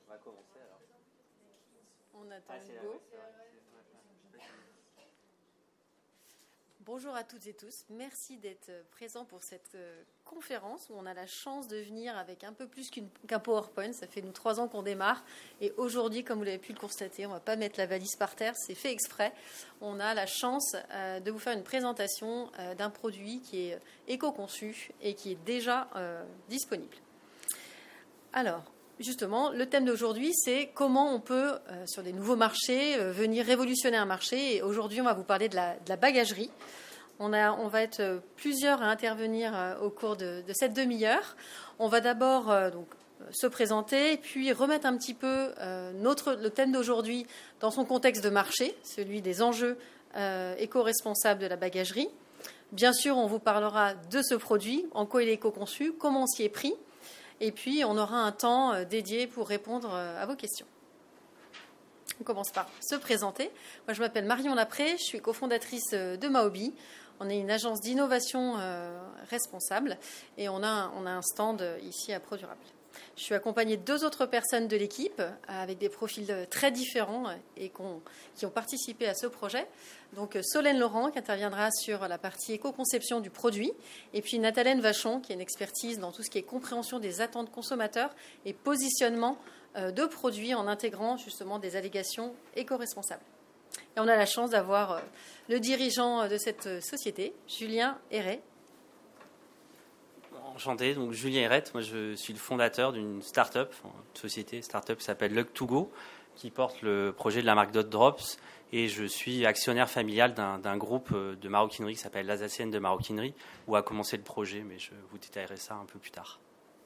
On va commencer alors. On attend Hugo. Bonjour à toutes et tous. Merci d'être présents pour cette conférence où on a la chance de venir avec un peu plus qu'un PowerPoint. Ça fait nous 3 ans qu'on démarre. Et aujourd'hui, comme vous l'avez pu le constater, on ne va pas mettre la valise par terre, c'est fait exprès. On a la chance de vous faire une présentation d'un produit qui est éco-conçu et qui est déjà disponible. Alors, justement, le thème d'aujourd'hui, c'est comment on peut, sur des nouveaux marchés, venir révolutionner un marché. Et aujourd'hui, on va vous parler de la bagagerie. On va être plusieurs à intervenir au cours de cette demi-heure. On va d'abord se présenter, puis remettre un petit peu le thème d'aujourd'hui dans son contexte de marché, celui des enjeux éco-responsables de la bagagerie. Bien sûr, on vous parlera de ce produit, en quoi il est éco-conçu, comment on s'y est pris. Et puis, on aura un temps dédié pour répondre à vos questions. On commence par se présenter. Moi, je m'appelle Marion Lapré, je suis cofondatrice de Maobi. On est une agence d'innovation responsable et on a un stand ici à ProDurable. Je suis accompagnée de 2 autres personnes de l'équipe avec des profils très différents et qui ont participé à ce projet. Donc Solène Laurent qui interviendra sur la partie éco-conception du produit et puis Nathalène Vachon qui a une expertise dans tout ce qui est compréhension des attentes consommateurs et positionnement de produits en intégrant justement des allégations éco-responsables. Et on a la chance d'avoir le dirigeant de cette société, Julien Héret. Enchanté, donc Julien Héret, moi je suis le fondateur d'une start-up, une société start-up qui s'appelle Lug2Go, qui porte le projet de la marque Dot Drops, et je suis actionnaire familial d'un groupe de maroquinerie qui s'appelle l'Alsacienne de maroquinerie, où a commencé le projet, mais je vous détaillerai ça un peu plus tard.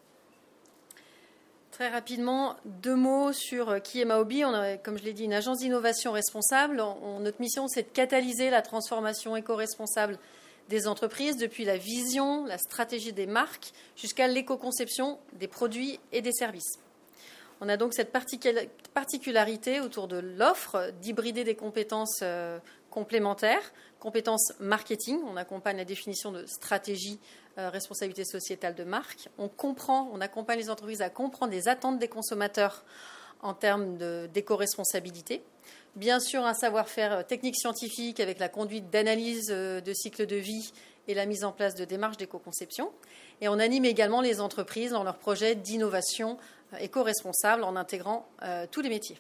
Très rapidement, 2 mots sur qui est Maobi. On a, comme je l'ai dit, une agence d'innovation responsable. Notre mission, c'est de catalyser la transformation éco-responsable des entreprises, depuis la vision, la stratégie des marques, jusqu'à l'éco-conception des produits et des services. On a donc cette particularité autour de l'offre d'hybrider des compétences complémentaires, compétences marketing. On accompagne la définition de stratégie responsabilité sociétale de marque. On accompagne les entreprises à comprendre les attentes des consommateurs en termes d'éco-responsabilité. Bien sûr, un savoir-faire technique scientifique avec la conduite d'analyse de cycle de vie et la mise en place de démarches d'éco-conception. Et on anime également les entreprises dans leurs projets d'innovation éco-responsable en intégrant tous les métiers.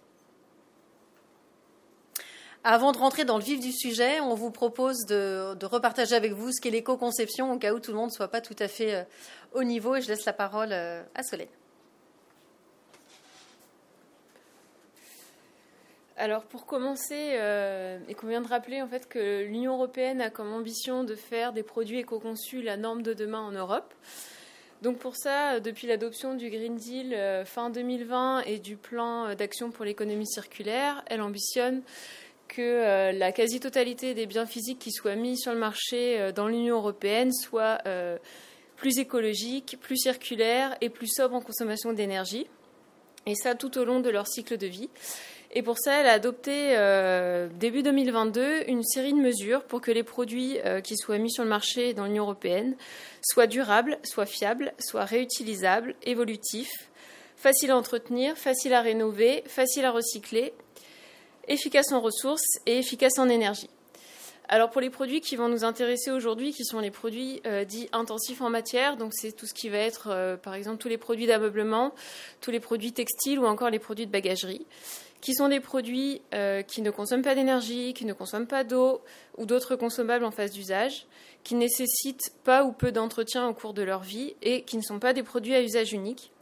Avant de rentrer dans le vif du sujet, on vous propose de repartager avec vous ce qu'est l'éco-conception au cas où tout le monde ne soit pas tout à fait au niveau. Et je laisse la parole à Solène. Alors pour commencer, il convient de rappeler en fait que l'Union européenne a comme ambition de faire des produits éco-conçus la norme de demain en Europe. Donc pour ça, depuis l'adoption du Green Deal fin 2020 et du plan d'action pour l'économie circulaire, elle ambitionne que la quasi-totalité des biens physiques qui soient mis sur le marché dans l'Union européenne soient plus écologiques, plus circulaires et plus sobres en consommation d'énergie. Et ça tout au long de leur cycle de vie. Et pour ça, elle a adopté début 2022 une série de mesures pour que les produits qui soient mis sur le marché dans l'Union européenne soient durables, soient fiables, soient réutilisables, évolutifs, faciles à entretenir, faciles à rénover, faciles à recycler, efficaces en ressources et efficaces en énergie. Alors pour les produits qui vont nous intéresser aujourd'hui, qui sont les produits dits intensifs en matière, donc c'est tout ce qui va être par exemple tous les produits d'ameublement, tous les produits textiles ou encore les produits de bagagerie, qui sont des produits qui ne consomment pas d'énergie, qui ne consomment pas d'eau ou d'autres consommables en phase d'usage, qui ne nécessitent pas ou peu d'entretien au cours de leur vie et qui ne sont pas des produits à usage unique.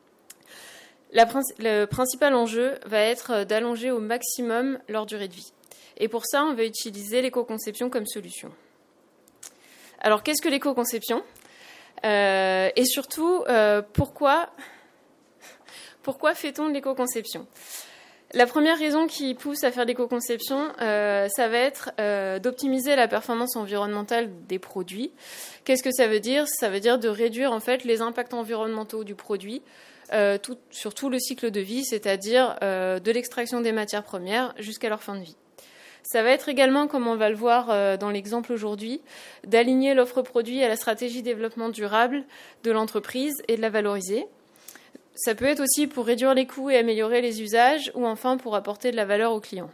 Le principal enjeu va être d'allonger au maximum leur durée de vie. Et pour ça, on va utiliser l'éco-conception comme solution. Alors, qu'est-ce que l'éco-conception ? Et surtout, pourquoi fait-on de l'éco-conception ? La première raison qui pousse à faire l'éco-conception, ça va être d'optimiser la performance environnementale des produits. Qu'est-ce que ça veut dire ? Ça veut dire de réduire en fait les impacts environnementaux du produit sur tout le cycle de vie, c'est-à-dire de l'extraction des matières premières jusqu'à leur fin de vie. Ça va être également, comme on va le voir dans l'exemple aujourd'hui, d'aligner l'offre produit à la stratégie développement durable de l'entreprise et de la valoriser. Ça peut être aussi pour réduire les coûts et améliorer les usages, ou enfin pour apporter de la valeur aux clients.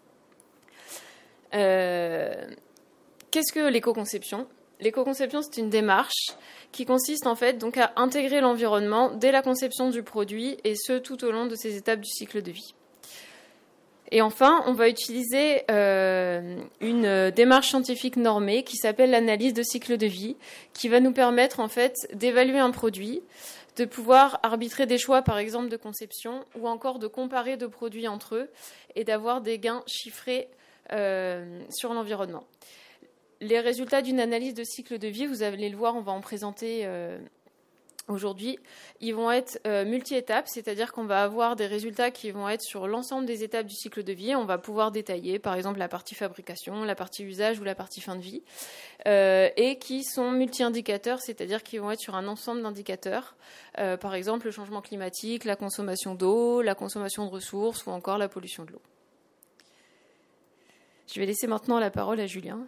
Qu'est-ce que l'éco-conception ? L'éco-conception, c'est une démarche qui consiste en fait donc à intégrer l'environnement dès la conception du produit, et ce tout au long de ses étapes du cycle de vie. Et enfin, on va utiliser une démarche scientifique normée qui s'appelle l'analyse de cycle de vie, qui va nous permettre en fait d'évaluer un produit, de pouvoir arbitrer des choix, par exemple de conception, ou encore de comparer deux produits entre eux et d'avoir des gains chiffrés sur l'environnement. Les résultats d'une analyse de cycle de vie, vous allez le voir, on va en présenter aujourd'hui, ils vont être multi-étapes, c'est-à-dire qu'on va avoir des résultats qui vont être sur l'ensemble des étapes du cycle de vie. On va pouvoir détailler, par exemple, la partie fabrication, la partie usage ou la partie fin de vie, et qui sont multi-indicateurs, c'est-à-dire qu'ils vont être sur un ensemble d'indicateurs, par exemple le changement climatique, la consommation d'eau, la consommation de ressources ou encore la pollution de l'eau. Je vais laisser maintenant la parole à Julien.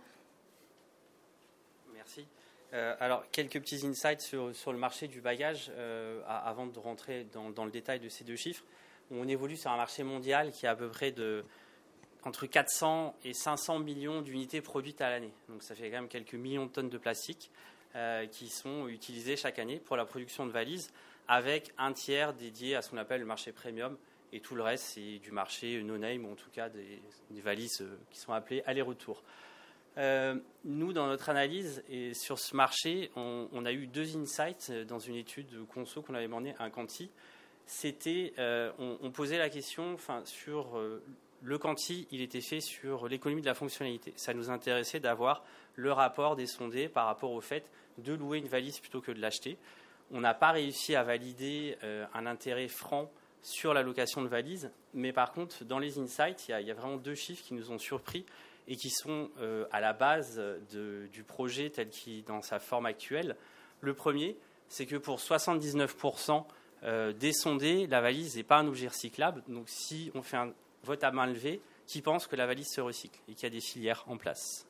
Alors, quelques petits insights sur le marché du bagage avant de rentrer dans le détail de ces deux chiffres. On évolue sur un marché mondial qui est à peu près entre 400 et 500 millions d'unités produites à l'année. Donc ça fait quand même quelques millions de tonnes de plastique qui sont utilisées chaque année pour la production de valises, avec un tiers dédié à ce qu'on appelle le marché premium, et tout le reste c'est du marché no-name, ou en tout cas des valises qui sont appelées aller-retour. Nous, dans notre analyse et sur ce marché, on a eu deux insights dans une étude conso qu'on avait menée à un quanti. C'était, on posait la question, sur le quanti, il était fait sur l'économie de la fonctionnalité. Ça nous intéressait d'avoir le rapport des sondés par rapport au fait de louer une valise plutôt que de l'acheter. On n'a pas réussi à valider un intérêt franc sur la location de valises, mais par contre, dans les insights, il y a vraiment deux chiffres qui nous ont surpris et qui sont à la base du projet tel qu'il dans sa forme actuelle. Le premier, c'est que pour 79% des sondés, la valise n'est pas un objet recyclable. Donc si on fait un vote à main levée, qui pense que la valise se recycle et qu'il y a des filières en place?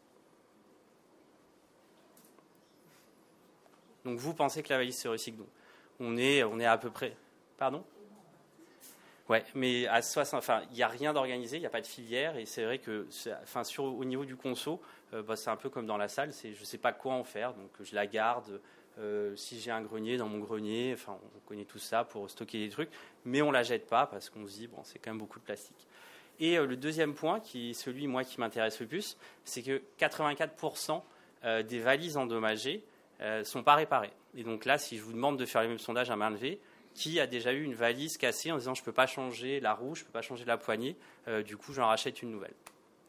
Donc vous pensez que la valise se recycle. Donc on est à peu près... Pardon ? Ouais, mais à 60, il n'y a rien d'organisé, il n'y a pas de filière, et c'est vrai que, au niveau du conso, c'est un peu comme dans la salle, je ne sais pas quoi en faire, donc je la garde. Si j'ai un grenier, dans mon grenier, on connaît tout ça pour stocker des trucs, mais on la jette pas parce qu'on se dit c'est quand même beaucoup de plastique. Et le deuxième point, qui est celui moi qui m'intéresse le plus, c'est que 84% des valises endommagées sont pas réparées. Et donc là, si je vous demande de faire les mêmes sondages à main levée, qui a déjà eu une valise cassée en disant je ne peux pas changer la roue, je ne peux pas changer la poignée, du coup j'en rachète une nouvelle.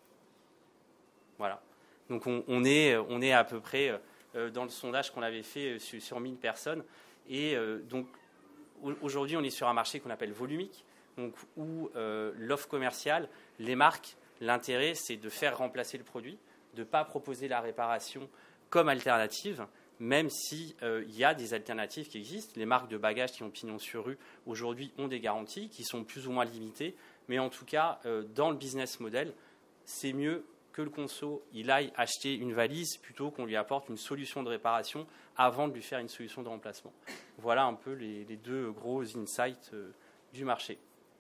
Voilà. Donc on est à peu près dans le sondage qu'on avait fait sur 1000 personnes. Et donc aujourd'hui on est sur un marché qu'on appelle volumique, donc, où l'offre commerciale, les marques, l'intérêt c'est de faire remplacer le produit, de ne pas proposer la réparation comme alternative, même s'il y a des alternatives qui existent. Les marques de bagages qui ont pignon sur rue aujourd'hui ont des garanties qui sont plus ou moins limitées, mais en tout cas, dans le business model, c'est mieux que le conso il aille acheter une valise plutôt qu'on lui apporte une solution de réparation avant de lui faire une solution de remplacement. Voilà un peu les deux gros insights du marché.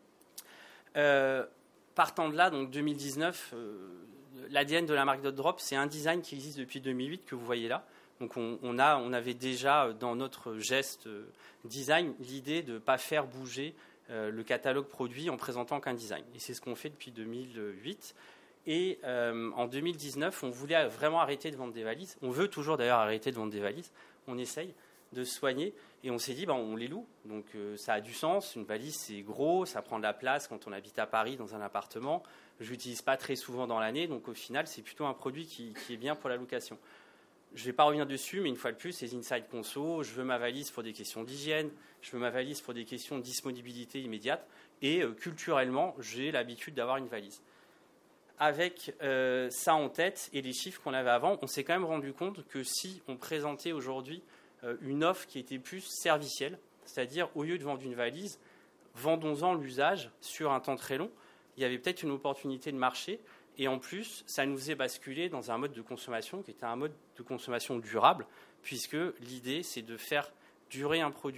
Partant de là, donc 2019, l'ADN de la marque Dot Drop, c'est un design qui existe depuis 2008 que vous voyez là. Donc on avait déjà dans notre geste design l'idée de ne pas faire bouger le catalogue produit en présentant qu'un design. Et c'est ce qu'on fait depuis 2008. Et en 2019, on voulait vraiment arrêter de vendre des valises. On veut toujours d'ailleurs arrêter de vendre des valises. On essaye de se soigner. Et on s'est dit, on les loue. Donc ça a du sens. Une valise, c'est gros. Ça prend de la place quand on habite à Paris dans un appartement. Je ne l'utilise pas très souvent dans l'année. Donc au final, c'est plutôt un produit qui est bien pour la location. Je ne vais pas revenir dessus, mais une fois de plus, ces insights conso, je veux ma valise pour des questions d'hygiène, je veux ma valise pour des questions de disponibilité immédiate, et culturellement, j'ai l'habitude d'avoir une valise. Avec ça en tête et les chiffres qu'on avait avant, on s'est quand même rendu compte que si on présentait aujourd'hui une offre qui était plus servicielle, c'est-à-dire au lieu de vendre une valise, vendons-en l'usage sur un temps très long, il y avait peut-être une opportunité de marché. Et en plus, ça nous faisait basculer dans un mode de consommation qui était un mode de consommation durable, puisque l'idée, c'est de faire durer un produit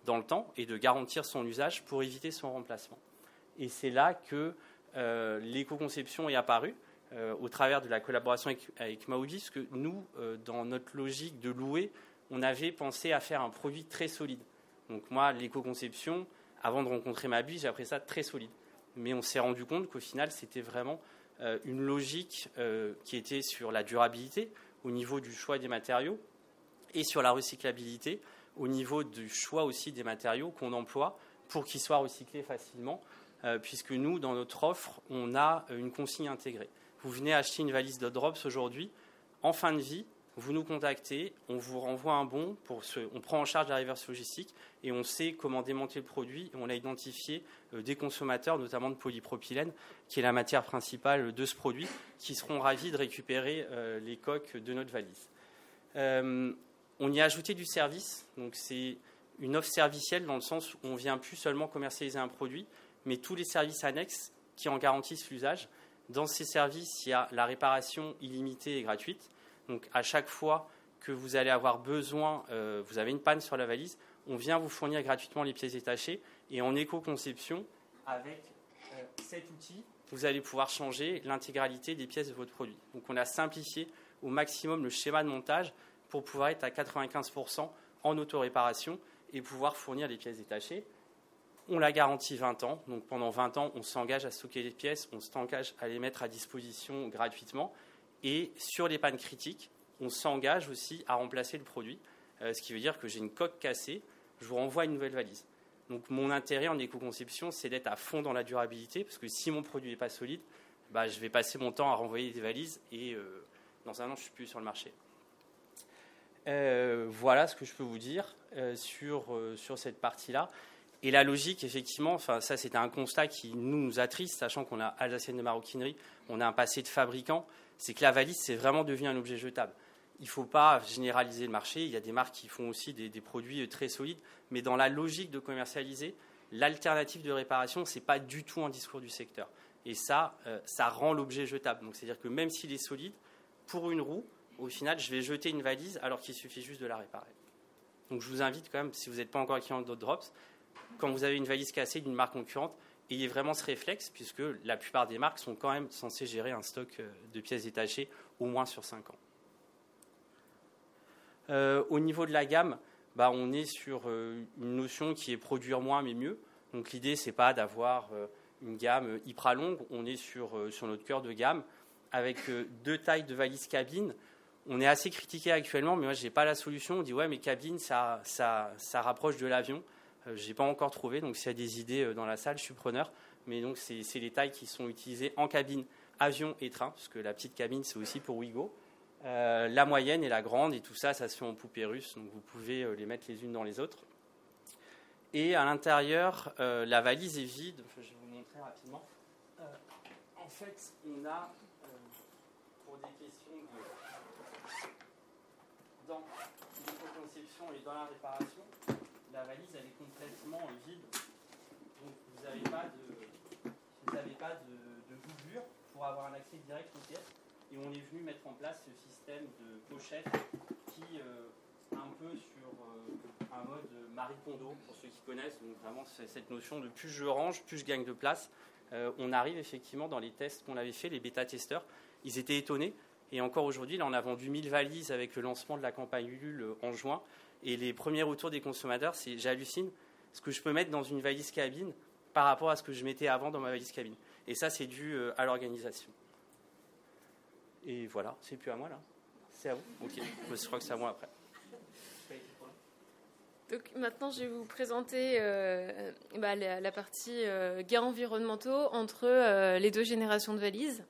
dans le temps et de garantir son usage pour éviter son remplacement. Et c'est là que l'éco-conception est apparue au travers de la collaboration avec Maoudi, parce que nous, dans notre logique de louer, on avait pensé à faire un produit très solide. Donc moi, l'éco-conception, avant de rencontrer Mabi, j'ai appris ça très solide. Mais on s'est rendu compte qu'au final, c'était vraiment une logique qui était sur la durabilité, au niveau du choix des matériaux, et sur la recyclabilité, au niveau du choix aussi des matériaux qu'on emploie pour qu'ils soient recyclés facilement, puisque nous, dans notre offre, on a une consigne intégrée. Vous venez acheter une valise Dot-Drops aujourd'hui, en fin de vie, vous nous contactez, on vous renvoie un bon, on prend en charge la reverse logistique et on sait comment démonter le produit. On a identifié des consommateurs, notamment de polypropylène, qui est la matière principale de ce produit, qui seront ravis de récupérer les coques de notre valise. On y a ajouté du service, donc c'est une offre servicielle dans le sens où on ne vient plus seulement commercialiser un produit, mais tous les services annexes qui en garantissent l'usage. Dans ces services, il y a la réparation illimitée et gratuite. Donc, à chaque fois que vous allez avoir besoin, vous avez une panne sur la valise, on vient vous fournir gratuitement les pièces détachées. Et en éco-conception, avec cet outil, vous allez pouvoir changer l'intégralité des pièces de votre produit. Donc, on a simplifié au maximum le schéma de montage pour pouvoir être à 95% en autoréparation et pouvoir fournir les pièces détachées. On la garantit 20 ans. Donc, pendant 20 ans, on s'engage à stocker les pièces, on s'engage à les mettre à disposition gratuitement. Et sur les pannes critiques, on s'engage aussi à remplacer le produit, ce qui veut dire que j'ai une coque cassée, je vous renvoie une nouvelle valise. Donc mon intérêt en éco-conception, c'est d'être à fond dans la durabilité, parce que si mon produit n'est pas solide, je vais passer mon temps à renvoyer des valises et dans un an, je ne suis plus sur le marché. Voilà ce que je peux vous dire sur cette partie-là. Et la logique, effectivement, ça c'était un constat qui nous attriste, sachant qu'on a Alsacienne de maroquinerie, on a un passé de fabricant, c'est que la valise, c'est vraiment devenu un objet jetable. Il ne faut pas généraliser le marché. Il y a des marques qui font aussi des produits très solides. Mais dans la logique de commercialiser, l'alternative de réparation, ce n'est pas du tout un discours du secteur. Et ça rend l'objet jetable. Donc, c'est-à-dire que même s'il est solide, pour une roue, au final, je vais jeter une valise alors qu'il suffit juste de la réparer. Donc, je vous invite quand même, si vous n'êtes pas encore client de Dot-Drops, quand vous avez une valise cassée d'une marque concurrente, ayez vraiment ce réflexe, puisque la plupart des marques sont quand même censées gérer un stock de pièces détachées au moins sur 5 ans. Au niveau de la gamme, on est sur une notion qui est produire moins mais mieux. Donc l'idée, ce n'est pas d'avoir une gamme hyper longue. On est sur notre cœur de gamme avec 2 tailles de valise cabine. On est assez critiqué actuellement, mais moi, je n'ai pas la solution. On dit, ouais, mais cabine, ça rapproche de l'avion. Je n'ai pas encore trouvé, donc s'il y a des idées dans la salle, je suis preneur. Mais donc, c'est les tailles qui sont utilisées en cabine, avion et train, parce que la petite cabine, c'est aussi pour Ouigo. La moyenne et la grande, et tout ça, ça se fait en poupée russe, donc vous pouvez les mettre les unes dans les autres. Et à l'intérieur, la valise est vide. Je vais vous montrer rapidement. En fait, on a, pour des questions dans l'éco-conception et dans la réparation, la valise, elle est complètement vide. Donc, vous n'avez pas de doublure pour avoir un accès direct aux pièces. Et on est venu mettre en place ce système de pochette qui est un peu sur un mode Marie Kondo, pour ceux qui connaissent. Donc, vraiment, c'est cette notion de plus je range, plus je gagne de place. On arrive effectivement dans les tests qu'on avait fait, les bêta-testeurs. Ils étaient étonnés. Et encore aujourd'hui, là, on a vendu 1000 valises avec le lancement de la campagne Ulule en juin. Et les premiers retours des consommateurs, c'est j'hallucine ce que je peux mettre dans une valise cabine par rapport à ce que je mettais avant dans ma valise cabine. Et ça, c'est dû à l'organisation. Et voilà, c'est plus à moi là. C'est à vous. Ok, je crois que c'est à moi après. Donc maintenant, je vais vous présenter la partie gains environnementaux entre les 2 générations de valises.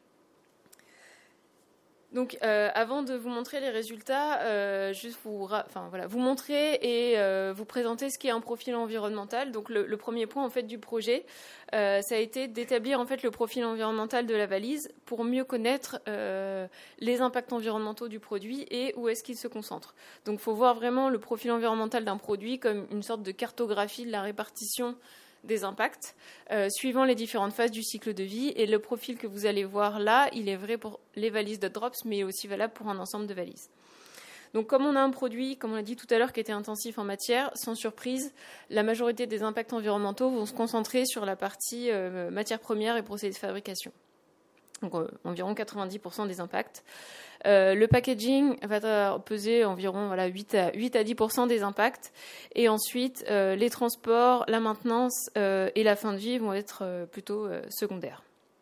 Donc, avant de vous montrer les résultats, juste vous montrer et vous présenter ce qu'est un profil environnemental. Donc, le premier point en fait du projet, ça a été d'établir en fait le profil environnemental de la valise pour mieux connaître les impacts environnementaux du produit et où est-ce qu'il se concentre. Donc, il faut voir vraiment le profil environnemental d'un produit comme une sorte de cartographie de la répartition des impacts, suivant les différentes phases du cycle de vie. Et le profil que vous allez voir là, il est vrai pour les valises Dot-Drops, mais aussi valable pour un ensemble de valises. Donc comme on a un produit, comme on l'a dit tout à l'heure, qui était intensif en matière, sans surprise, la majorité des impacts environnementaux vont se concentrer sur la partie matières premières et procédés de fabrication. Donc environ 90% des impacts. Le packaging va peser environ 8 à 10% des impacts. Et ensuite, les transports, la maintenance et la fin de vie vont être plutôt secondaires.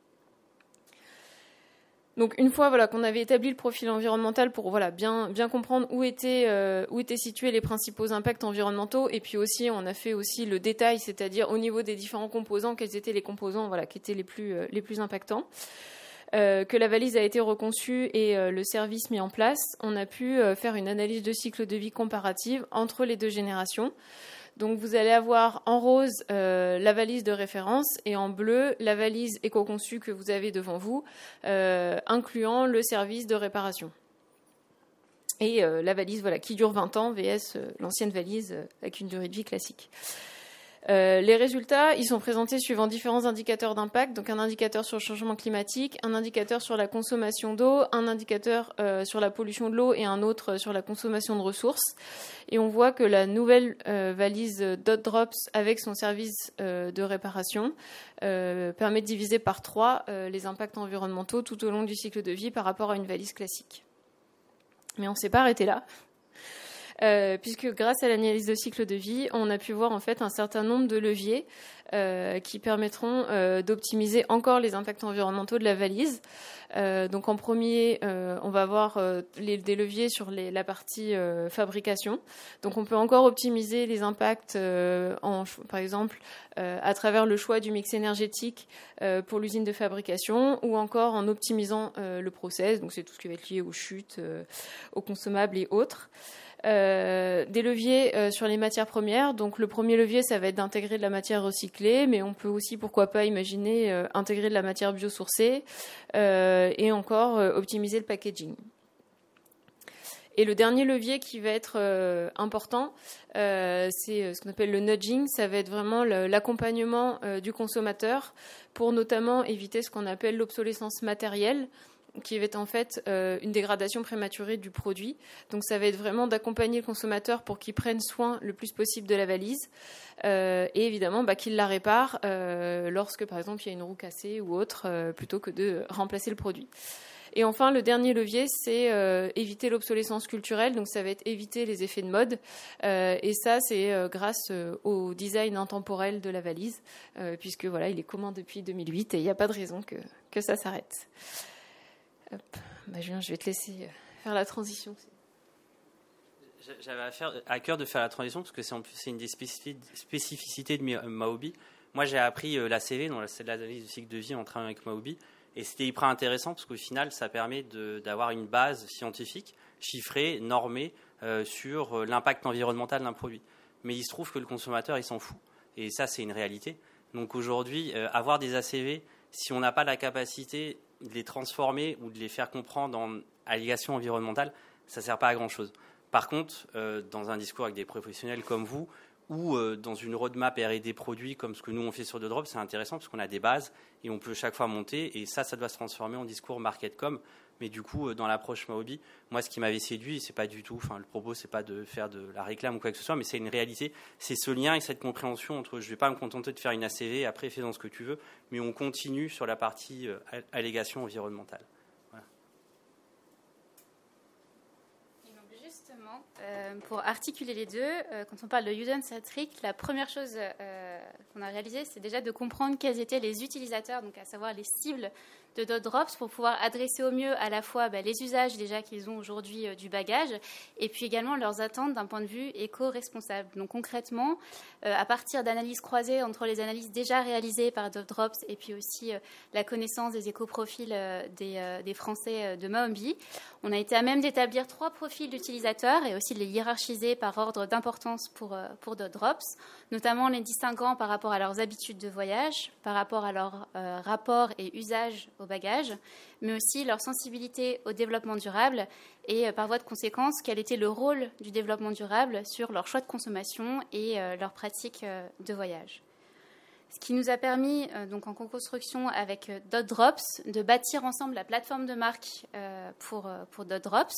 Donc une fois qu'on avait établi le profil environnemental pour bien comprendre où étaient situés les principaux impacts environnementaux, et puis aussi on a fait aussi le détail, c'est-à-dire au niveau des différents composants, quels étaient les composants qui étaient les plus impactants. Que la valise a été reconçue et le service mis en place, on a pu faire une analyse de cycle de vie comparative entre les deux générations. Donc vous allez avoir en rose la valise de référence et en bleu la valise éco-conçue que vous avez devant vous, incluant le service de réparation. Et la valise qui dure 20 ans vs l'ancienne valise avec une durée de vie classique. Les résultats, ils sont présentés suivant différents indicateurs d'impact, donc un indicateur sur le changement climatique, un indicateur sur la consommation d'eau, un indicateur sur la pollution de l'eau et un autre sur la consommation de ressources. Et on voit que la nouvelle valise Dot Drops avec son service de réparation permet de diviser par 3 les impacts environnementaux tout au long du cycle de vie par rapport à une valise classique. Mais on ne s'est pas arrêté là. Puisque grâce à l'analyse de cycle de vie, on a pu voir en fait un certain nombre de leviers qui permettront d'optimiser encore les impacts environnementaux de la valise. Donc en premier, on va avoir des leviers sur la partie fabrication. Donc on peut encore optimiser les impacts, par exemple, à travers le choix du mix énergétique pour l'usine de fabrication, ou encore en optimisant le process. Donc c'est tout ce qui va être lié aux chutes, aux consommables et autres. Des leviers sur les matières premières. Donc le premier levier, ça va être d'intégrer de la matière recyclée, mais on peut aussi, pourquoi pas, imaginer intégrer de la matière biosourcée et encore optimiser le packaging. Et le dernier levier qui va être important, c'est ce qu'on appelle le nudging. Ça va être vraiment l'accompagnement du consommateur pour notamment éviter ce qu'on appelle l'obsolescence matérielle, qui va être en fait une dégradation prématurée du produit. Donc ça va être vraiment d'accompagner le consommateur pour qu'il prenne soin le plus possible de la valise et évidemment qu'il la répare lorsque par exemple il y a une roue cassée ou autre, plutôt que de remplacer le produit. Et enfin, le dernier levier, c'est éviter l'obsolescence culturelle. Donc ça va être éviter les effets de mode. Et ça, c'est grâce au design intemporel de la valise, puisque il est commun depuis 2008 et il n'y a pas de raison que ça s'arrête. Julien, je vais te laisser faire la transition. J'avais à cœur de faire la transition parce que c'est une des spécificités de Maobi. Moi, j'ai appris l'ACV, donc l'analyse du cycle de vie, en travaillant avec Maobi, et c'était hyper intéressant parce qu'au final, ça permet d'avoir une base scientifique, chiffrée, normée sur l'impact environnemental d'un produit. Mais il se trouve que le consommateur, il s'en fout, et ça, c'est une réalité. Donc aujourd'hui, avoir des ACV, si on n'a pas la capacité de les transformer ou de les faire comprendre en allégations environnementales, ça ne sert pas à grand-chose. Par contre, dans un discours avec des professionnels comme vous, ou dans une roadmap R&D produits comme ce que nous on fait sur Dot Drops, c'est intéressant parce qu'on a des bases et on peut chaque fois monter, et ça doit se transformer en discours market-com. Mais du coup, dans l'approche Maobi, moi, ce qui m'avait séduit, c'est pas du tout, le propos, c'est pas de faire de la réclame ou quoi que ce soit, mais c'est une réalité, c'est ce lien et cette compréhension entre je vais pas me contenter de faire une ACV, après fais-en ce que tu veux, mais on continue sur la partie allégation environnementale. Voilà. Et donc justement, pour articuler les deux, quand on parle de user-centric, la première chose qu'on a réalisée, c'est déjà de comprendre quels étaient les utilisateurs, donc à savoir les cibles de Dot Drops, pour pouvoir adresser au mieux à la fois les usages déjà qu'ils ont aujourd'hui du bagage, et puis également leurs attentes d'un point de vue éco-responsable. Donc concrètement, à partir d'analyses croisées entre les analyses déjà réalisées par Dot Drops et puis aussi la connaissance des éco-profils des Français de Maobi, on a été à même d'établir 3 profils d'utilisateurs et aussi de les hiérarchiser par ordre d'importance pour Dot Drops, notamment les distinguant par rapport à leurs habitudes de voyage, par rapport à leur rapport et usage au bagage, mais aussi leur sensibilité au développement durable et par voie de conséquence, quel était le rôle du développement durable sur leur choix de consommation et leurs pratiques de voyage. Ce qui nous a permis, donc en co-construction avec Dot Drops, de bâtir ensemble la plateforme de marque pour Dot Drops.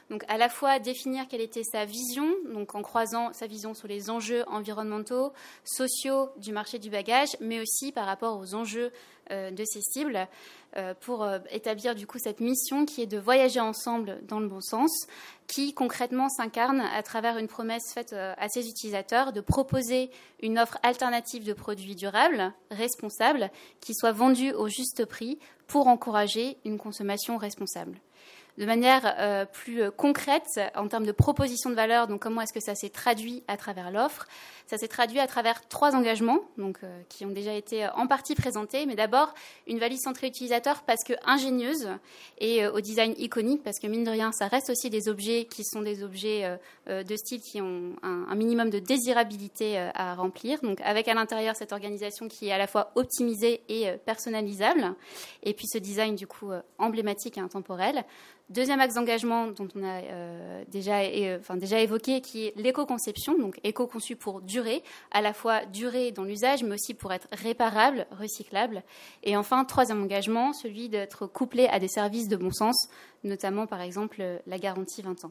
Donc à la fois définir quelle était sa vision, donc en croisant sa vision sur les enjeux environnementaux, sociaux du marché du bagage, mais aussi par rapport aux enjeux de ses cibles, pour établir du coup cette mission qui est de voyager ensemble dans le bon sens, qui concrètement s'incarne à travers une promesse faite à ses utilisateurs de proposer une offre alternative de produits durables, responsables, qui soit vendue au juste prix pour encourager une consommation responsable. De manière plus concrète, en termes de proposition de valeur, donc comment est-ce que ça s'est traduit à travers l'offre? Ça s'est traduit à travers 3 engagements, donc, qui ont déjà été en partie présentés. Mais d'abord, une valise centrée utilisateur parce que ingénieuse et au design iconique, parce que mine de rien, ça reste aussi des objets qui sont des objets de style qui ont un minimum de désirabilité à remplir. Donc avec à l'intérieur cette organisation qui est à la fois optimisée et personnalisable. Et puis ce design du coup emblématique et intemporel. Deuxième axe d'engagement dont on a déjà évoqué, qui est l'éco-conception, donc éco-conçu pour durer, à la fois durer dans l'usage, mais aussi pour être réparable, recyclable. Et enfin, troisième engagement, celui d'être couplé à des services de bon sens, notamment par exemple la garantie 20 ans.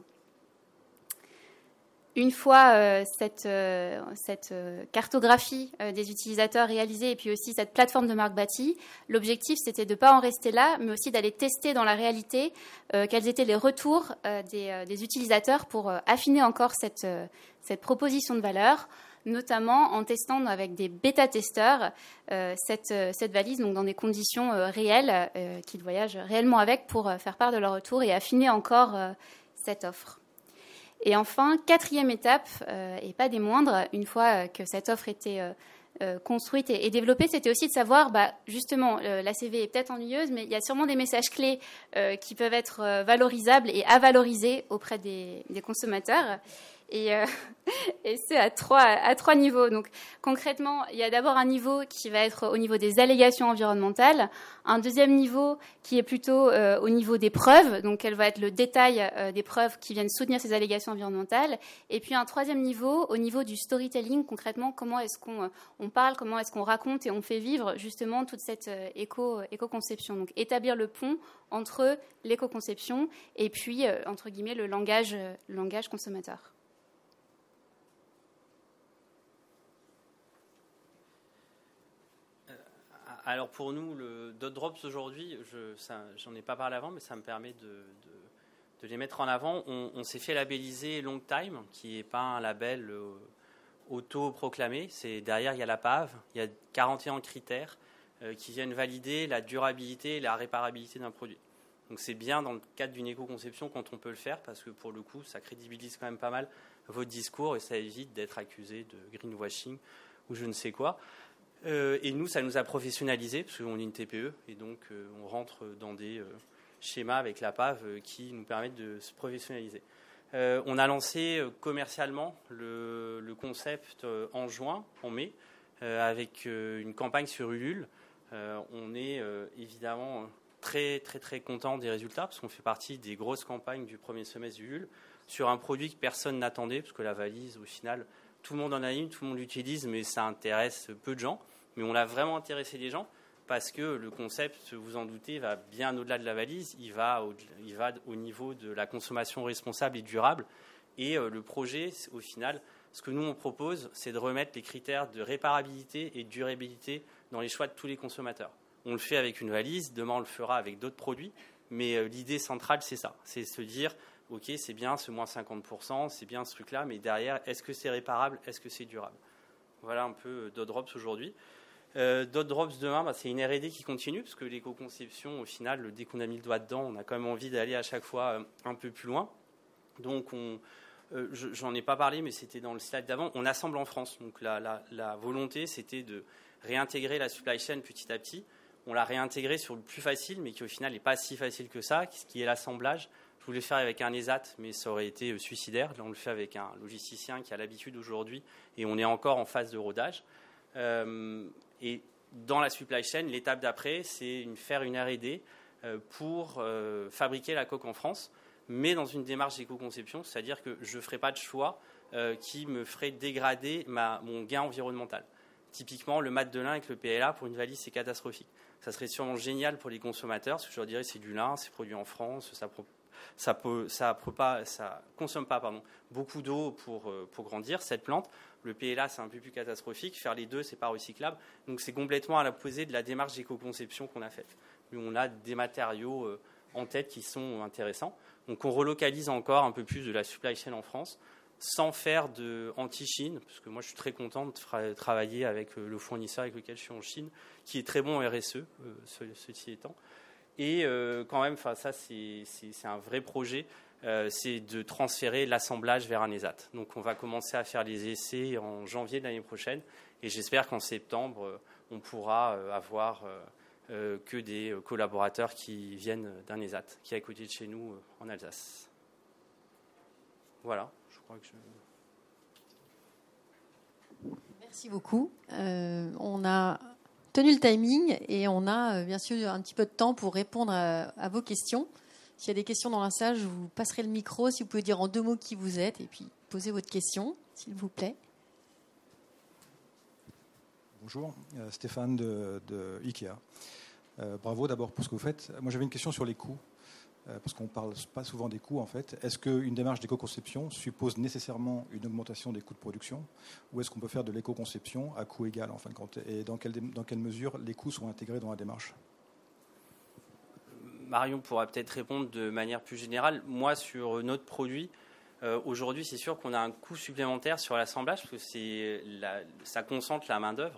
Une fois cette cartographie des utilisateurs réalisée et puis aussi cette plateforme de marque bâtie, l'objectif c'était de ne pas en rester là, mais aussi d'aller tester dans la réalité quels étaient les retours des utilisateurs pour affiner encore cette proposition de valeur, notamment en testant avec des bêta-testeurs cette valise donc dans des conditions réelles, qu'ils voyagent réellement avec pour faire part de leur retour et affiner encore cette offre. Et enfin, 4e étape, et pas des moindres, une fois que cette offre était construite et développée, c'était aussi de savoir, justement, la CV est peut-être ennuyeuse, mais il y a sûrement des messages clés qui peuvent être valorisables et à valoriser auprès des consommateurs. Et c'est à trois niveaux. Donc concrètement, il y a d'abord un niveau qui va être au niveau des allégations environnementales, un deuxième niveau qui est plutôt au niveau des preuves, donc quel va être le détail des preuves qui viennent soutenir ces allégations environnementales, et puis un troisième niveau au niveau du storytelling, concrètement comment est-ce qu'on parle, comment est-ce qu'on raconte et on fait vivre justement toute cette éco-conception. Donc établir le pont entre l'éco-conception et puis entre guillemets le langage consommateur. Alors pour nous, le Dot Drops aujourd'hui, j'en ai pas parlé avant, mais ça me permet de les mettre en avant. On s'est fait labelliser Long Time, qui n'est pas un label auto-proclamé. Derrière, il y a la PAV, il y a 41 critères qui viennent valider la durabilité et la réparabilité d'un produit. Donc c'est bien dans le cadre d'une éco-conception quand on peut le faire, parce que pour le coup, ça crédibilise quand même pas mal votre discours et ça évite d'être accusé de greenwashing ou je ne sais quoi. Et nous, ça nous a professionnalisé, parce qu'on est une TPE, et donc on rentre dans des schémas avec la PAV qui nous permettent de se professionnaliser. On a lancé commercialement le concept en mai, avec une campagne sur Ulule. On est évidemment très, très, très content des résultats, parce qu'on fait partie des grosses campagnes du premier semestre d'Ulule, sur un produit que personne n'attendait, parce que la valise, au final, tout le monde en a une, tout le monde l'utilise, mais ça intéresse peu de gens. Mais on a vraiment intéressé les gens parce que le concept, vous en doutez, va bien au-delà de la valise. Il va au niveau de la consommation responsable et durable. Et le projet, au final, ce que nous, on propose, c'est de remettre les critères de réparabilité et de durabilité dans les choix de tous les consommateurs. On le fait avec une valise, demain on le fera avec d'autres produits. Mais l'idée centrale, c'est ça. C'est se dire, OK, c'est bien ce moins 50%, c'est bien ce truc-là, mais derrière, est-ce que c'est réparable, est-ce que c'est durable? Voilà un peu Dot Drops aujourd'hui. Dot Drops demain, c'est une R&D qui continue, parce que l'éco-conception, au final, dès qu'on a mis le doigt dedans, on a quand même envie d'aller à chaque fois un peu plus loin. Donc, j'en ai pas parlé, mais c'était dans le slide d'avant, on assemble en France. Donc, la volonté, c'était de réintégrer la supply chain petit à petit. On l'a réintégré sur le plus facile, mais qui, au final, n'est pas si facile que ça, qui est l'assemblage. Je voulais le faire avec un ESAT, mais ça aurait été suicidaire. Là, on le fait avec un logisticien qui a l'habitude aujourd'hui, et on est encore en phase de rodage. Et dans la supply chain, l'étape d'après, c'est faire une R&D pour fabriquer la coque en France, mais dans une démarche d'éco-conception, c'est-à-dire que je ne ferai pas de choix qui me ferait dégrader mon gain environnemental. Typiquement, le mat de lin avec le PLA pour une valise, c'est catastrophique. Ça serait sûrement génial pour les consommateurs, parce que je leur dirais c'est du lin, c'est produit en France, ça consomme pas beaucoup d'eau pour grandir cette plante. Le PLA, c'est un peu plus catastrophique. Faire les deux, c'est pas recyclable. Donc c'est complètement à l'opposé de la démarche d'éco-conception qu'on a faite. Nous, on a des matériaux en tête qui sont intéressants. Donc on relocalise encore un peu plus de la supply chain en France, sans faire de anti-Chine, parce que moi je suis très content de travailler avec le fournisseur avec lequel je suis en Chine, qui est très bon en RSE, ceci étant. Et quand même, ça c'est un vrai projet, c'est de transférer l'assemblage vers un ESAT. Donc on va commencer à faire les essais en janvier de l'année prochaine, et j'espère qu'en septembre, on pourra avoir que des collaborateurs qui viennent d'un ESAT, qui est à côté de chez nous en Alsace. Voilà. Merci beaucoup. On a tenu le timing et on a bien sûr un petit peu de temps pour répondre à vos questions. S'il y a des questions dans la salle, je vous passerai le micro. Si vous pouvez dire en 2 mots qui vous êtes et puis poser votre question, s'il vous plaît. Bonjour, Stéphane de Ikea. Bravo d'abord pour ce que vous faites. Moi j'avais une question sur les coûts. Parce qu'on ne parle pas souvent des coûts en fait. Est-ce qu'une démarche d'éco-conception suppose nécessairement une augmentation des coûts de production, ou est-ce qu'on peut faire de l'éco-conception à coût égal en fin de compte, et dans quelle mesure les coûts sont intégrés dans la démarche? Marion pourra peut-être répondre de manière plus générale. Moi, sur notre produit, aujourd'hui, c'est sûr qu'on a un coût supplémentaire sur l'assemblage, parce que ça concentre la main-d'œuvre,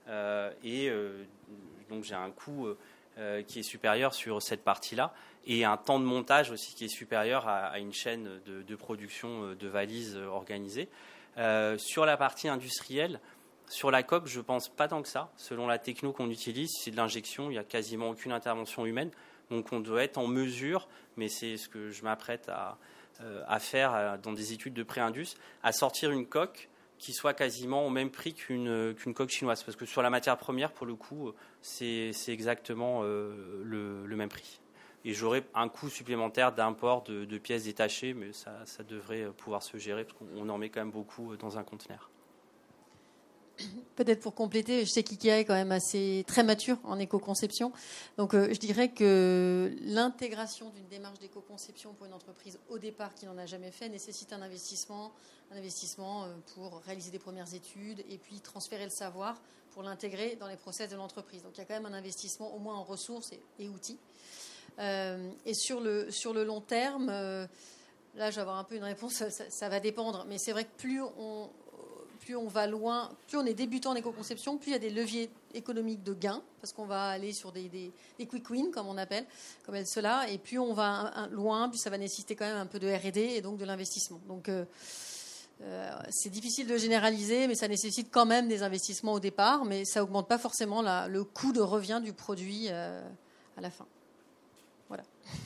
donc j'ai un coût qui est supérieur sur cette partie-là, et un temps de montage aussi qui est supérieur à une chaîne de production de valises organisée. Sur la partie industrielle, sur la coque, je ne pense pas tant que ça. Selon la techno qu'on utilise, c'est de l'injection, il n'y a quasiment aucune intervention humaine. Donc on doit être en mesure, mais c'est ce que je m'apprête à faire dans des études de pré-indus, à sortir une coque qui soit quasiment au même prix qu'une coque chinoise. Parce que sur la matière première, pour le coup, c'est exactement le même prix. Et j'aurai un coût supplémentaire d'import de pièces détachées, mais ça devrait pouvoir se gérer, parce qu'on en met quand même beaucoup dans un conteneur. Peut-être pour compléter, je sais qu'IKEA est quand même très mature en éco-conception. Donc je dirais que l'intégration d'une démarche d'éco-conception pour une entreprise au départ qui n'en a jamais fait nécessite un investissement pour réaliser des premières études et puis transférer le savoir pour l'intégrer dans les process de l'entreprise. Donc il y a quand même un investissement au moins en ressources et outils. Et sur le long terme, là je vais avoir un peu une réponse, ça va dépendre, mais c'est vrai que plus on va loin, plus on est débutant en éco-conception, plus il y a des leviers économiques de gains, parce qu'on va aller sur des quick wins, comme on appelle, comme cela, et plus on va loin, plus ça va nécessiter quand même un peu de R&D et donc de l'investissement. Donc c'est difficile de généraliser, mais ça nécessite quand même des investissements au départ, mais ça augmente pas forcément le coût de revient du produit à la fin. Voilà.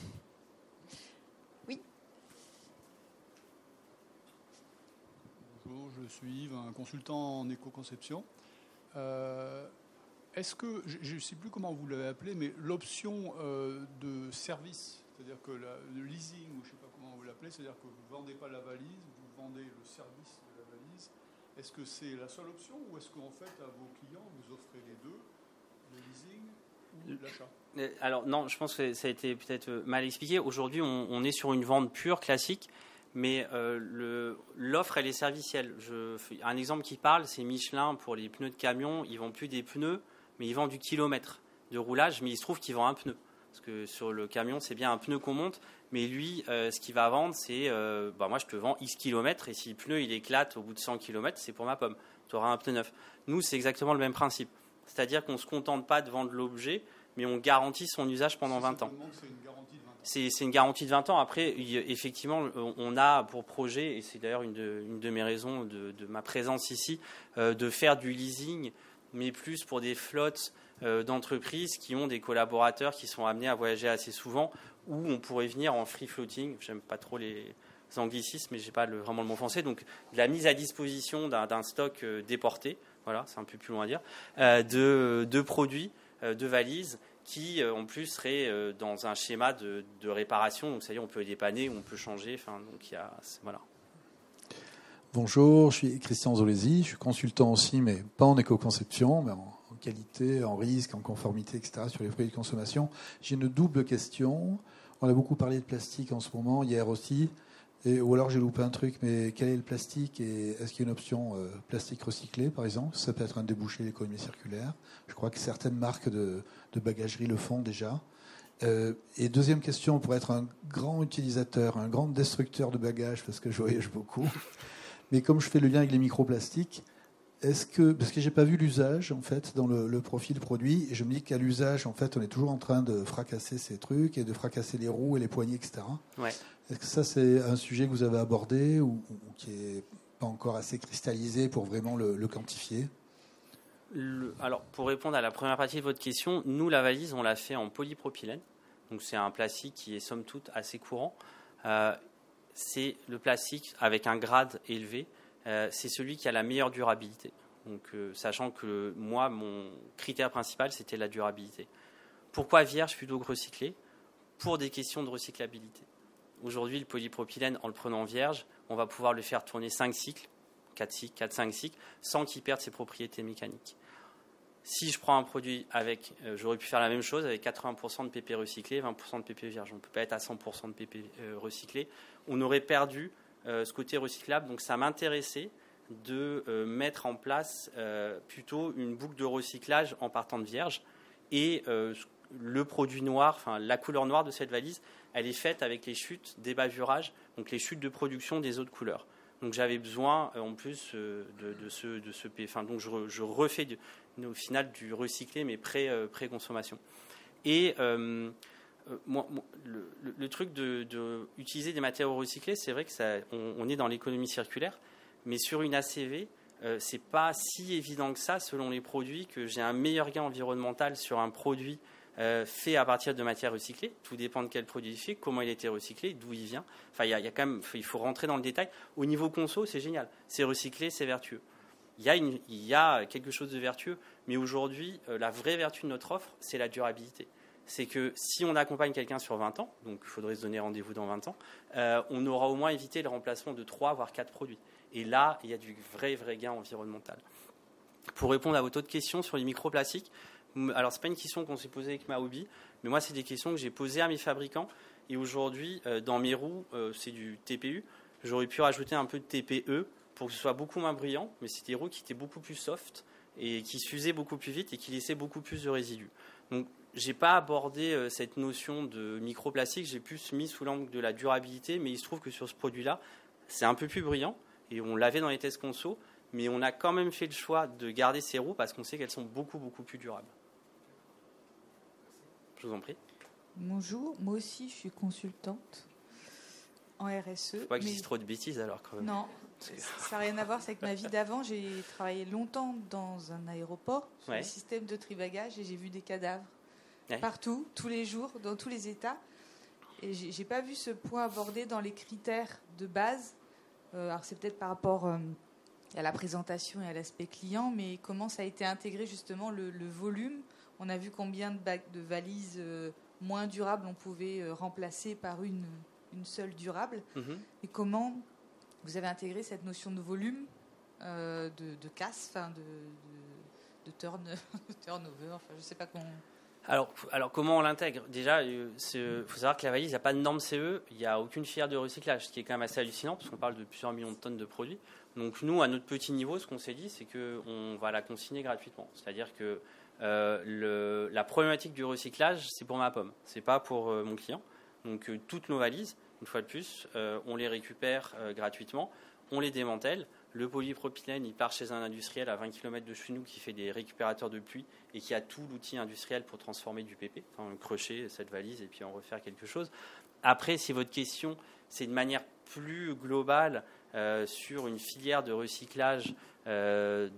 Oui. Bonjour, je suis Yves, un consultant en éco-conception. Est-ce que, je ne sais plus comment vous l'avez appelé, mais l'option de service, c'est-à-dire que le leasing, ou je ne sais pas comment vous l'appelez, c'est-à-dire que vous ne vendez pas la valise, vous vendez le service de la valise, est-ce que c'est la seule option, ou est-ce qu'en fait, à vos clients, vous offrez les deux, le leasing ou l'achat? Alors non, je pense que ça a été peut-être mal expliqué. Aujourd'hui, on est sur une vente pure, classique, mais l'offre, elle est servicielle. Un exemple qui parle, c'est Michelin pour les pneus de camion. Ils ne vendent plus des pneus, mais ils vendent du kilomètre de roulage, mais il se trouve qu'ils vendent un pneu. Parce que sur le camion, c'est bien un pneu qu'on monte, mais lui, ce qu'il va vendre, c'est moi, je te vends X kilomètres, et si le pneu il éclate au bout de 100 km, c'est pour ma pomme. Tu auras un pneu neuf. Nous, c'est exactement le même principe. C'est-à-dire qu'on ne se contente pas de vendre l'objet, mais on garantit son usage pendant 20 ans. C'est une garantie de 20 ans. Après, effectivement, on a pour projet, et c'est d'ailleurs une de mes raisons de ma présence ici, de faire du leasing, mais plus pour des flottes d'entreprises qui ont des collaborateurs qui sont amenés à voyager assez souvent, où on pourrait venir en free floating. J'aime pas trop les anglicismes, mais j'ai pas vraiment le mot français. Donc, de la mise à disposition d'un stock déporté, voilà, c'est un peu plus loin à dire, de produits, de valises, qui en plus serait dans un schéma de réparation. Donc, c'est-à-dire on peut dépanner, on peut changer. Donc voilà. Bonjour, je suis Christian Zolesi, je suis consultant aussi, mais pas en éco-conception, mais en qualité, en risque, en conformité, etc. sur les produits de consommation. J'ai une double question. On a beaucoup parlé de plastique en ce moment, hier aussi. Ou alors j'ai loupé un truc, mais quel est le plastique et est-ce qu'il y a une option plastique recyclé, par exemple? Ça peut être un débouché de l'économie circulaire. Je crois que certaines marques de bagagerie le font déjà. Et deuxième question, pour être un grand utilisateur, un grand destructeur de bagages, parce que je voyage beaucoup, mais comme je fais le lien avec les microplastiques, parce que j'ai pas vu l'usage en fait dans le profil produit, et je me dis qu'à l'usage en fait on est toujours en train de fracasser ces trucs et de fracasser les roues et les poignées, etc. Ouais. Est-ce que ça c'est un sujet que vous avez abordé ou qui est pas encore assez cristallisé pour vraiment le quantifier? Alors pour répondre à la première partie de votre question, nous la valise on l'a fait en polypropylène, donc c'est un plastique qui est somme toute assez courant. C'est le plastique avec un grade élevé. C'est celui qui a la meilleure durabilité. Donc, sachant que moi, mon critère principal, c'était la durabilité. Pourquoi vierge plutôt que recyclé? Pour des questions de recyclabilité. Aujourd'hui, le polypropylène, en le prenant vierge, on va pouvoir le faire tourner 5 cycles, 4-5 cycles, sans qu'il perde ses propriétés mécaniques. Si je prends un produit avec, j'aurais pu faire la même chose avec 80% de PP recyclé, 20% de PP vierge. On ne peut pas être à 100% de PP recyclé. On aurait perdu ce côté recyclable. Donc ça m'intéressait de mettre en place plutôt une boucle de recyclage en partant de vierge. Et le produit noir, enfin la couleur noire de cette valise, elle est faite avec les chutes des bavurages, donc les chutes de production des autres couleurs. Donc j'avais besoin en plus de ce enfin, donc je refais au final du recyclé mais pré-consommation. Et moi, le truc de utiliser des matériaux recyclés, c'est vrai que on est dans l'économie circulaire, mais sur une ACV, c'est pas si évident que ça selon les produits que j'ai un meilleur gain environnemental sur un produit fait à partir de matières recyclées. Tout dépend de quel produit il fait, comment il a été recyclé, d'où il vient. Enfin, il y a quand même, il faut rentrer dans le détail. Au niveau conso, c'est génial, c'est recyclé, c'est vertueux. Il y a quelque chose de vertueux, mais aujourd'hui, la vraie vertu de notre offre, c'est la durabilité. C'est que si on accompagne quelqu'un sur 20 ans, donc il faudrait se donner rendez-vous dans 20 ans, on aura au moins évité le remplacement de 3 voire 4 produits. Et là, il y a du vrai gain environnemental. Pour répondre à votre autre question sur les microplastiques, alors ce n'est pas une question qu'on s'est posée avec ma hobby, mais moi c'est des questions que j'ai posées à mes fabricants. Et aujourd'hui, dans mes roues, c'est du TPU. J'aurais pu rajouter un peu de TPE pour que ce soit beaucoup moins brillant, mais c'est des roues qui étaient beaucoup plus soft et qui s'usaient beaucoup plus vite et qui laissaient beaucoup plus de résidus. Donc j'ai pas abordé cette notion de microplastique, j'ai plus mis sous l'angle de la durabilité, mais il se trouve que sur ce produit-là, c'est un peu plus brillant et on l'avait dans les tests conso, mais on a quand même fait le choix de garder ces roues parce qu'on sait qu'elles sont beaucoup plus durables. Je vous en prie. Bonjour, moi aussi je suis consultante en RSE. Faut pas que je dise trop de bêtises alors quand même. Non, ça n'a rien à voir, c'est avec ma vie d'avant. J'ai travaillé longtemps dans un aéroport sur le système de tri-bagages et j'ai vu des cadavres partout, tous les jours, dans tous les états. Et j'ai pas vu ce point abordé dans les critères de base. Alors c'est peut-être par rapport à la présentation et à l'aspect client, mais comment ça a été intégré justement le volume. On a vu combien de valises moins durables on pouvait remplacer par une seule durable. Mm-hmm. Et comment vous avez intégré cette notion de volume, de casse, enfin de turnover, enfin je ne sais pas comment... Alors comment on l'intègre? Déjà, il faut savoir que la valise, il n'y a pas de norme CE, il n'y a aucune filière de recyclage, ce qui est quand même assez hallucinant, parce qu'on parle de plusieurs millions de tonnes de produits. Donc nous, à notre petit niveau, ce qu'on s'est dit, c'est qu'on va la consigner gratuitement. C'est-à-dire que la problématique du recyclage, c'est pour ma pomme, c'est pas pour mon client. Donc toutes nos valises, une fois de plus, on les récupère gratuitement, on les démantèle. Le polypropylène, il part chez un industriel à 20 km de chez nous qui fait des récupérateurs de pluie et qui a tout l'outil industriel pour transformer du PP, enfin crocher cette valise et puis en refaire quelque chose. Après, si votre question, c'est de manière plus globale sur une filière de recyclage de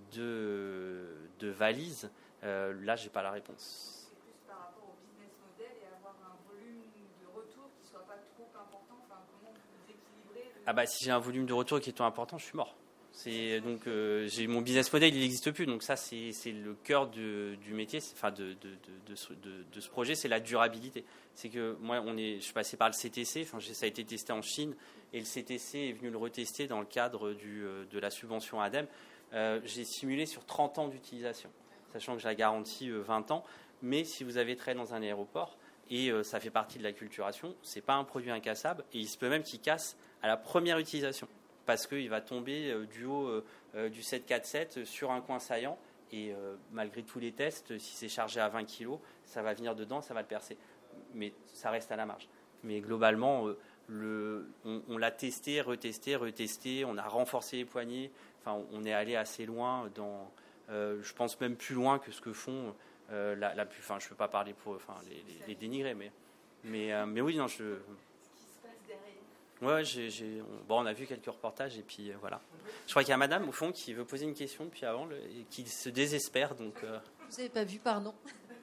valises, là, je n'ai pas la réponse. C'est plus par rapport au business model et avoir un volume de retour qui ne soit pas trop important. Enfin, comment vous équilibrez si j'ai un volume de retour qui est trop important, je suis mort. Donc mon business model, il n'existe plus. Donc ça, c'est le cœur du métier, enfin de ce projet, c'est la durabilité. C'est que moi, je suis passé par le CTC. Enfin, ça a été testé en Chine et le CTC est venu le retester dans le cadre de la subvention ADEME. J'ai simulé sur 30 ans d'utilisation, sachant que j'ai la garantie 20 ans. Mais si vous avez travaillé dans un aéroport, et ça fait partie de l'acculturation. C'est pas un produit incassable et il se peut même qu'il casse à la première utilisation parce qu'il va tomber du haut du 747 sur un coin saillant et malgré tous les tests, si c'est chargé à 20 kg, ça va venir dedans, ça va le percer. Mais ça reste à la marge. Mais globalement, on l'a testé, retesté, on a renforcé les poignées. Enfin, on est allé assez loin je pense même plus loin que ce que font la plus. Enfin, je ne veux pas parler pour les dénigrer, mais oui, non, je. Ouais, on a vu quelques reportages et puis voilà. Je crois qu'il y a Madame au fond qui veut poser une question depuis avant et qui se désespère. Donc. Vous n'avez pas vu, pardon.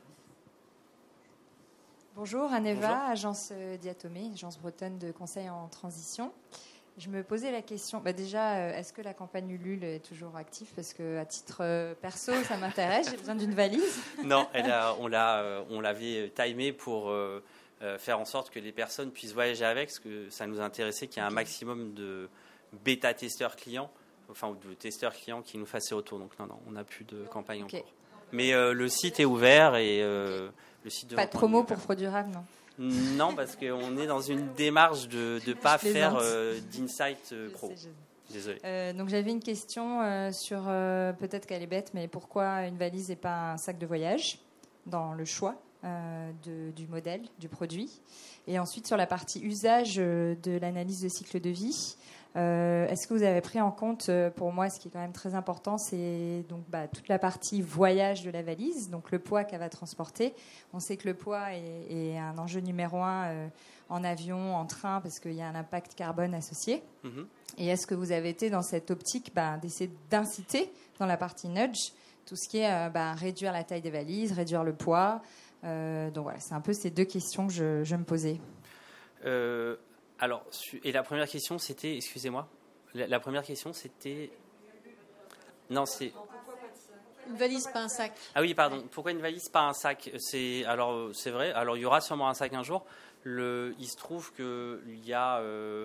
Bonjour, Aneva, agence Diatomée, agence bretonne de conseil en transition. Je me posais la question, déjà, est-ce que la campagne Ulule est toujours active? Parce qu'à titre perso, ça m'intéresse, j'ai besoin d'une valise. Non, on l'avait timé pour faire en sorte que les personnes puissent voyager avec, parce que ça nous intéressait qu'il y ait un maximum de bêta-testeurs clients, ou de testeurs clients qui nous fassent ces retours. Donc non, on n'a plus de campagne en cours. Mais le site est ouvert et le site de pas de promo pour Produrable, non? Non, parce qu'on est dans une démarche de ne pas faire d'insight pro. Désolé. Donc j'avais une question sur, peut-être qu'elle est bête, mais pourquoi une valise et pas un sac de voyage dans le choix du modèle, du produit? Et ensuite sur la partie usage de l'analyse de cycle de vie, est-ce que vous avez pris en compte, pour moi ce qui est quand même très important, c'est donc toute la partie voyage de la valise, donc le poids qu'elle va transporter. On sait que le poids est un enjeu numéro 1 en avion, en train, parce qu'il y a un impact carbone associé. Mm-hmm. Et est-ce que vous avez été dans cette optique d'essayer d'inciter dans la partie nudge tout ce qui est réduire la taille des valises, réduire le poids? Donc voilà, c'est un peu ces deux questions que je me posais. Alors, et la première question, c'était... Excusez-moi. La première question, c'était... Non, c'est... Une valise, pas un sac. Ah oui, pardon. Pourquoi une valise, pas un sac? C'est vrai. Alors, il y aura sûrement un sac un jour. Il se trouve qu'il y a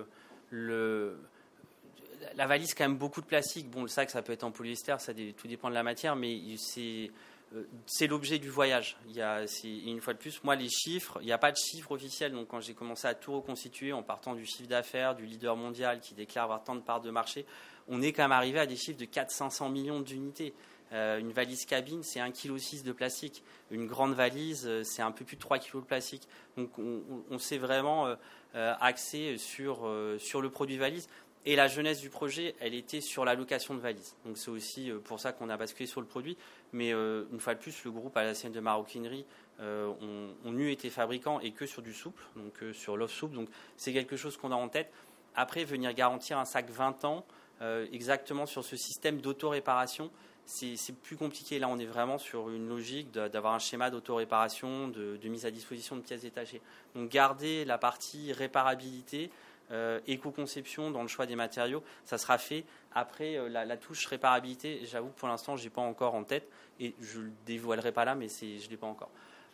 la valise, quand même beaucoup de plastique. Bon, le sac, ça peut être en polyester, tout dépend de la matière, mais c'est l'objet du voyage. Une fois de plus, moi, les chiffres, il n'y a pas de chiffre officiel. Donc, quand j'ai commencé à tout reconstituer en partant du chiffre d'affaires, du leader mondial qui déclare avoir tant de parts de marché, on est quand même arrivé à des chiffres de 400-500 millions d'unités. Une valise cabine, c'est 1,6 kg de plastique. Une grande valise, c'est un peu plus de 3 kg de plastique. Donc, on s'est vraiment axé sur le produit valise. Et la jeunesse du projet, elle était sur la location de valises. Donc c'est aussi pour ça qu'on a basculé sur le produit. Mais une fois de plus, le groupe Alsacienne de maroquinerie ont eu été fabricants et que sur du souple, donc sur l'off souple. Donc c'est quelque chose qu'on a en tête. Après, venir garantir un sac 20 ans, exactement sur ce système d'auto-réparation, c'est plus compliqué. Là, on est vraiment sur une logique d'avoir un schéma d'auto-réparation, de mise à disposition de pièces détachées. Donc garder la partie réparabilité, éco-conception dans le choix des matériaux, ça sera fait. Après, la touche réparabilité, j'avoue que pour l'instant, je n'ai pas encore en tête et je ne le dévoilerai pas là, mais je ne l'ai pas encore.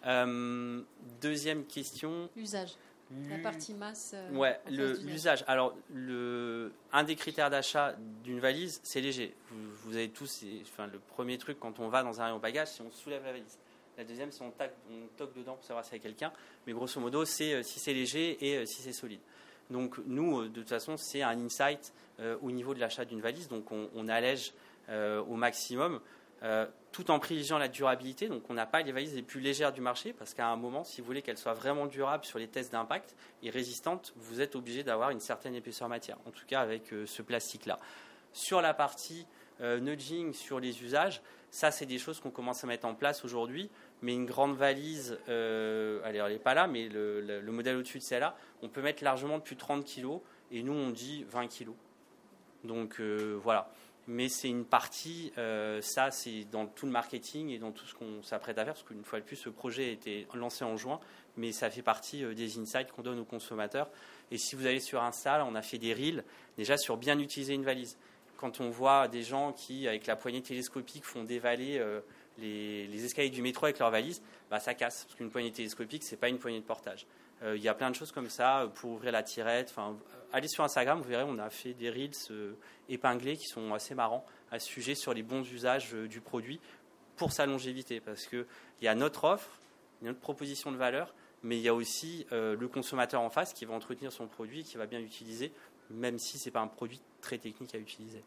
Deuxième question. L'usage. La partie masse. L'usage. Alors, un des critères d'achat d'une valise, c'est léger. Vous avez tous, le premier truc quand on va dans un rayon bagage, c'est on soulève la valise. La deuxième, c'est on toque dedans pour savoir si c'est quelqu'un. Mais grosso modo, c'est si c'est léger et si c'est solide. Donc nous, de toute façon, c'est un insight au niveau de l'achat d'une valise. Donc on allège au maximum, tout en privilégiant la durabilité. Donc on n'a pas les valises les plus légères du marché, parce qu'à un moment, si vous voulez qu'elles soient vraiment durables sur les tests d'impact et résistantes, vous êtes obligé d'avoir une certaine épaisseur matière, en tout cas avec ce plastique-là. Sur la partie nudging, sur les usages, ça c'est des choses qu'on commence à mettre en place aujourd'hui. Mais une grande valise, elle n'est pas là, mais le modèle au-dessus de celle-là, on peut mettre largement plus de 30 kg, et nous on dit 20 kg. Donc voilà. Mais c'est une partie, ça c'est dans tout le marketing et dans tout ce qu'on s'apprête à faire, parce qu'une fois de plus, ce projet a été lancé en juin, mais ça fait partie des insights qu'on donne aux consommateurs. Et si vous allez sur Insta, on a fait des reels, déjà sur bien utiliser une valise. Quand on voit des gens qui, avec la poignée télescopique, font dévaler les escaliers du métro avec leur valise, ça casse, parce qu'une poignée télescopique, c'est pas une poignée de portage. Il y a plein de choses comme ça pour ouvrir la tirette. Allez sur Instagram, vous verrez, on a fait des reels épinglés qui sont assez marrants à ce sujet sur les bons usages du produit pour sa longévité, parce qu'il y a notre offre, notre proposition de valeur, mais il y a aussi le consommateur en face qui va entretenir son produit, qui va bien l'utiliser, même si ce n'est pas un produit très technique à utiliser.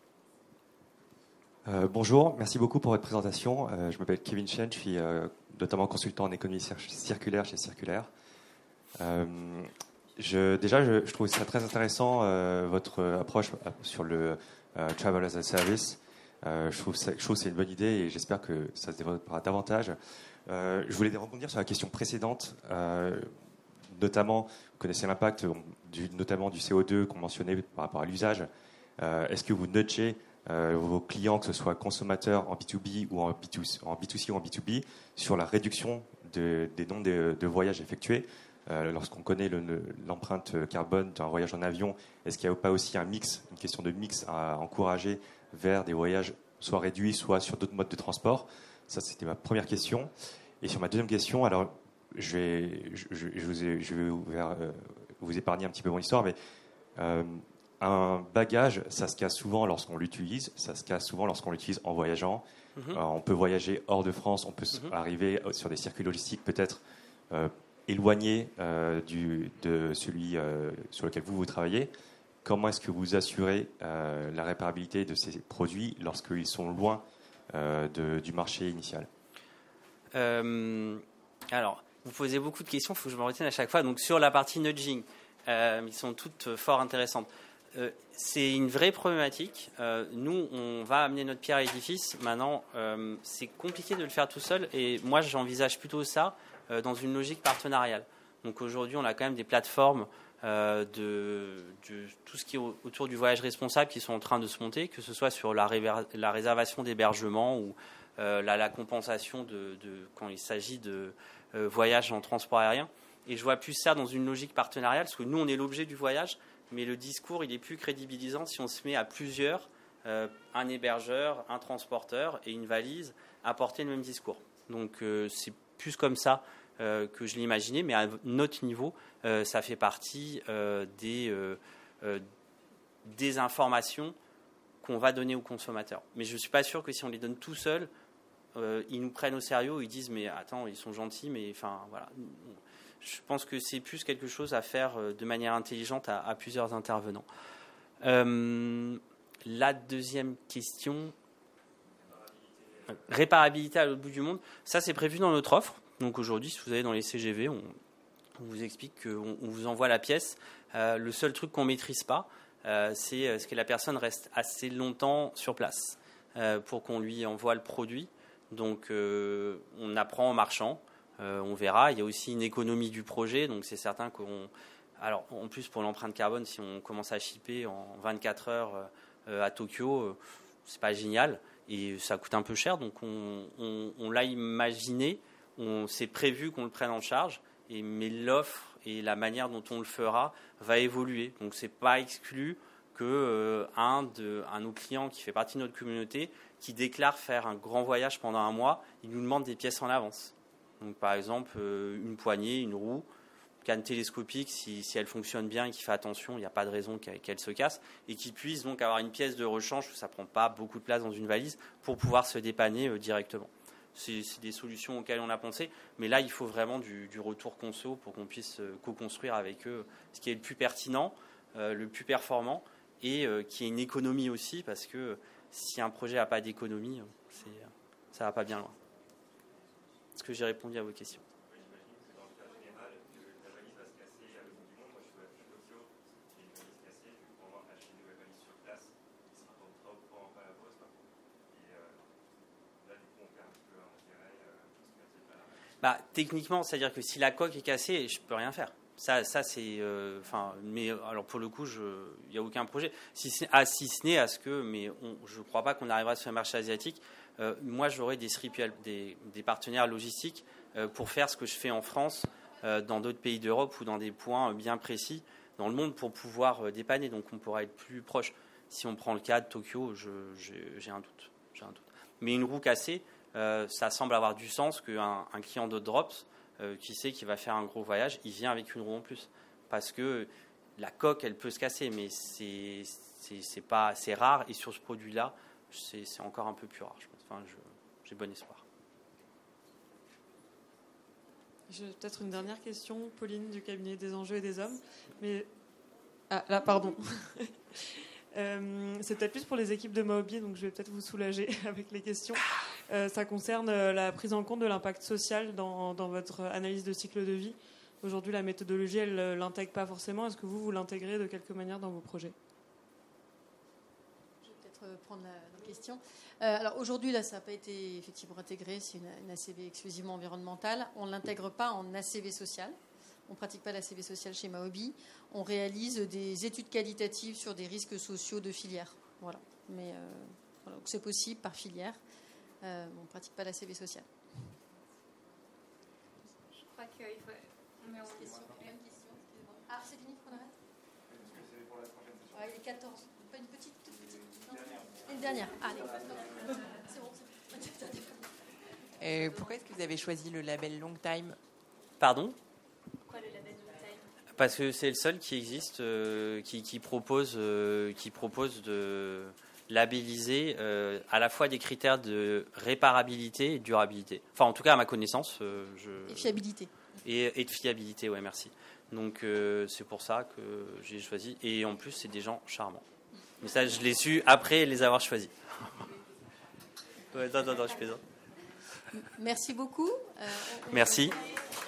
Bonjour, merci beaucoup pour votre présentation. Je m'appelle Kevin Chen, je suis notamment consultant en économie circulaire chez Circulaire. Je trouve ça très intéressant votre approche sur le Travel as a Service. Je trouve que c'est une bonne idée et j'espère que ça se développera davantage. Je voulais rebondir sur la question précédente, notamment, vous connaissez l'impact notamment du CO2 qu'on mentionnait par rapport à l'usage. Est-ce que vous nudgez vos clients, que ce soit consommateurs en B2B ou en B2C ou en B2B, sur la réduction des nombres de voyages effectués? Lorsqu'on connaît l'empreinte carbone d'un voyage en avion, est-ce qu'il n'y a pas aussi une question de mix à encourager vers des voyages soit réduits, soit sur d'autres modes de transport? Ça, c'était ma première question. Et sur ma deuxième question, alors, je vais vous épargner un petit peu mon histoire, mais un bagage, ça se casse souvent lorsqu'on l'utilise, ça se casse souvent lorsqu'on l'utilise en voyageant. On peut voyager hors de France, on peut arriver sur des circuits logistiques peut-être éloignés de celui sur lequel vous travaillez. Comment est-ce que vous assurez la réparabilité de ces produits lorsqu'ils sont loin du marché initial? Alors, vous posez beaucoup de questions, il faut que je me retienne à chaque fois. Donc, sur la partie nudging, ils sont toutes fort intéressantes. C'est une vraie problématique. Nous, on va amener notre pierre à l'édifice. Maintenant, c'est compliqué de le faire tout seul. Et moi, j'envisage plutôt ça dans une logique partenariale. Donc, aujourd'hui, on a quand même des plateformes de tout ce qui est autour du voyage responsable qui sont en train de se monter, que ce soit sur la réservation d'hébergement ou la compensation quand il s'agit de voyages en transport aérien. Et je vois plus ça dans une logique partenariale, parce que nous, on est l'objet du voyage, mais le discours, il est plus crédibilisant si on se met à plusieurs, un hébergeur, un transporteur et une valise, à porter le même discours. Donc, c'est plus comme ça que je l'imaginais, mais à notre niveau, ça fait partie des informations qu'on va donner aux consommateurs. Mais je ne suis pas sûr que si on les donne tout seuls, ils nous prennent au sérieux, ou ils disent mais attends, ils sont gentils, mais enfin voilà. Je pense que c'est plus quelque chose à faire de manière intelligente à plusieurs intervenants. La deuxième question, réparabilité à l'autre bout du monde, ça c'est prévu dans notre offre. Donc aujourd'hui, si vous allez dans les CGV, on vous explique qu'on vous envoie la pièce. Le seul truc qu'on ne maîtrise pas, c'est est-ce que la personne reste assez longtemps sur place pour qu'on lui envoie le produit. Donc on apprend en marchant, on verra. Il y a aussi une économie du projet, donc c'est certain qu'on... Alors en plus pour l'empreinte carbone, si on commence à shipper en 24 heures à Tokyo, c'est pas génial et ça coûte un peu cher. Donc on l'a imaginé, c'est prévu qu'on le prenne en charge, mais l'offre et la manière dont on le fera va évoluer. Donc c'est pas exclu que un de nos clients qui fait partie de notre communauté, qui déclare faire un grand voyage pendant un mois, il nous demande des pièces en avance. Donc par exemple une poignée, une roue, canne télescopique, si elle fonctionne bien et qu'il fait attention, il n'y a pas de raison qu'elle se casse, et qu'il puisse donc avoir une pièce de rechange, ça ne prend pas beaucoup de place dans une valise, pour pouvoir se dépanner directement. C'est des solutions auxquelles on a pensé, mais là il faut vraiment du retour conso pour qu'on puisse co-construire avec eux ce qui est le plus pertinent, le plus performant, et qui est une économie aussi, parce que si un projet n'a pas d'économie, ça ne va pas bien loin. Est-ce que j'ai répondu à vos questions? Techniquement, c'est-à-dire que si la coque est cassée, je ne peux rien faire. Ça c'est, mais alors pour le coup, il n'y a aucun projet. Si ce n'est à ce que, mais je ne crois pas qu'on arrivera sur le marché asiatique. Moi, j'aurai des partenaires logistiques pour faire ce que je fais en France, dans d'autres pays d'Europe ou dans des points bien précis dans le monde pour pouvoir dépanner. Donc, on pourra être plus proche. Si on prend le cas de Tokyo, j'ai un doute. Mais une roue cassée, ça semble avoir du sens qu'un client de Drops qui sait qu'il va faire un gros voyage, il vient avec une roue en plus. Parce que la coque, elle peut se casser, mais c'est rare. Et sur ce produit-là, c'est encore un peu plus rare, je pense. J'ai bon espoir. J'ai peut-être une dernière question, Pauline du cabinet des enjeux et des hommes. Mais là, pardon. C'est peut-être plus pour les équipes de Maobi, donc je vais peut-être vous soulager avec les questions. Ça concerne la prise en compte de l'impact social dans votre analyse de cycle de vie. Aujourd'hui, la méthodologie, elle ne l'intègre pas forcément. Est-ce que vous l'intégrez de quelque manière dans vos projets ? Je vais peut-être prendre la question. Alors aujourd'hui, là, ça n'a pas été effectivement intégré. C'est une ACV exclusivement environnementale. On ne l'intègre pas en ACV social. On ne pratique pas l'ACV social chez Maobi. On réalise des études qualitatives sur des risques sociaux de filière. Voilà. Mais voilà, c'est possible par filière. On ne pratique pas l'ACV social. Je crois qu'il faut... Même question. Ah, c'est fini qu'on arrête ? Est-ce que c'est pour la prochaine session ? Il est 14. Pas une petite, toute petite. Non. Une dernière. Allez, c'est bon. Pourquoi est-ce que vous avez choisi le label Long Time ? Pardon ? Pourquoi le label Long Time ? Parce que c'est le seul qui existe, qui propose de labelliser à la fois des critères de réparabilité et de durabilité. Enfin, en tout cas, à ma connaissance. Et fiabilité. Et de fiabilité, ouais, merci. Donc, c'est pour ça que j'ai choisi. Et en plus, c'est des gens charmants. Mais ça, je l'ai su après les avoir choisis. Ouais, non, je plaisante. Merci beaucoup. Merci.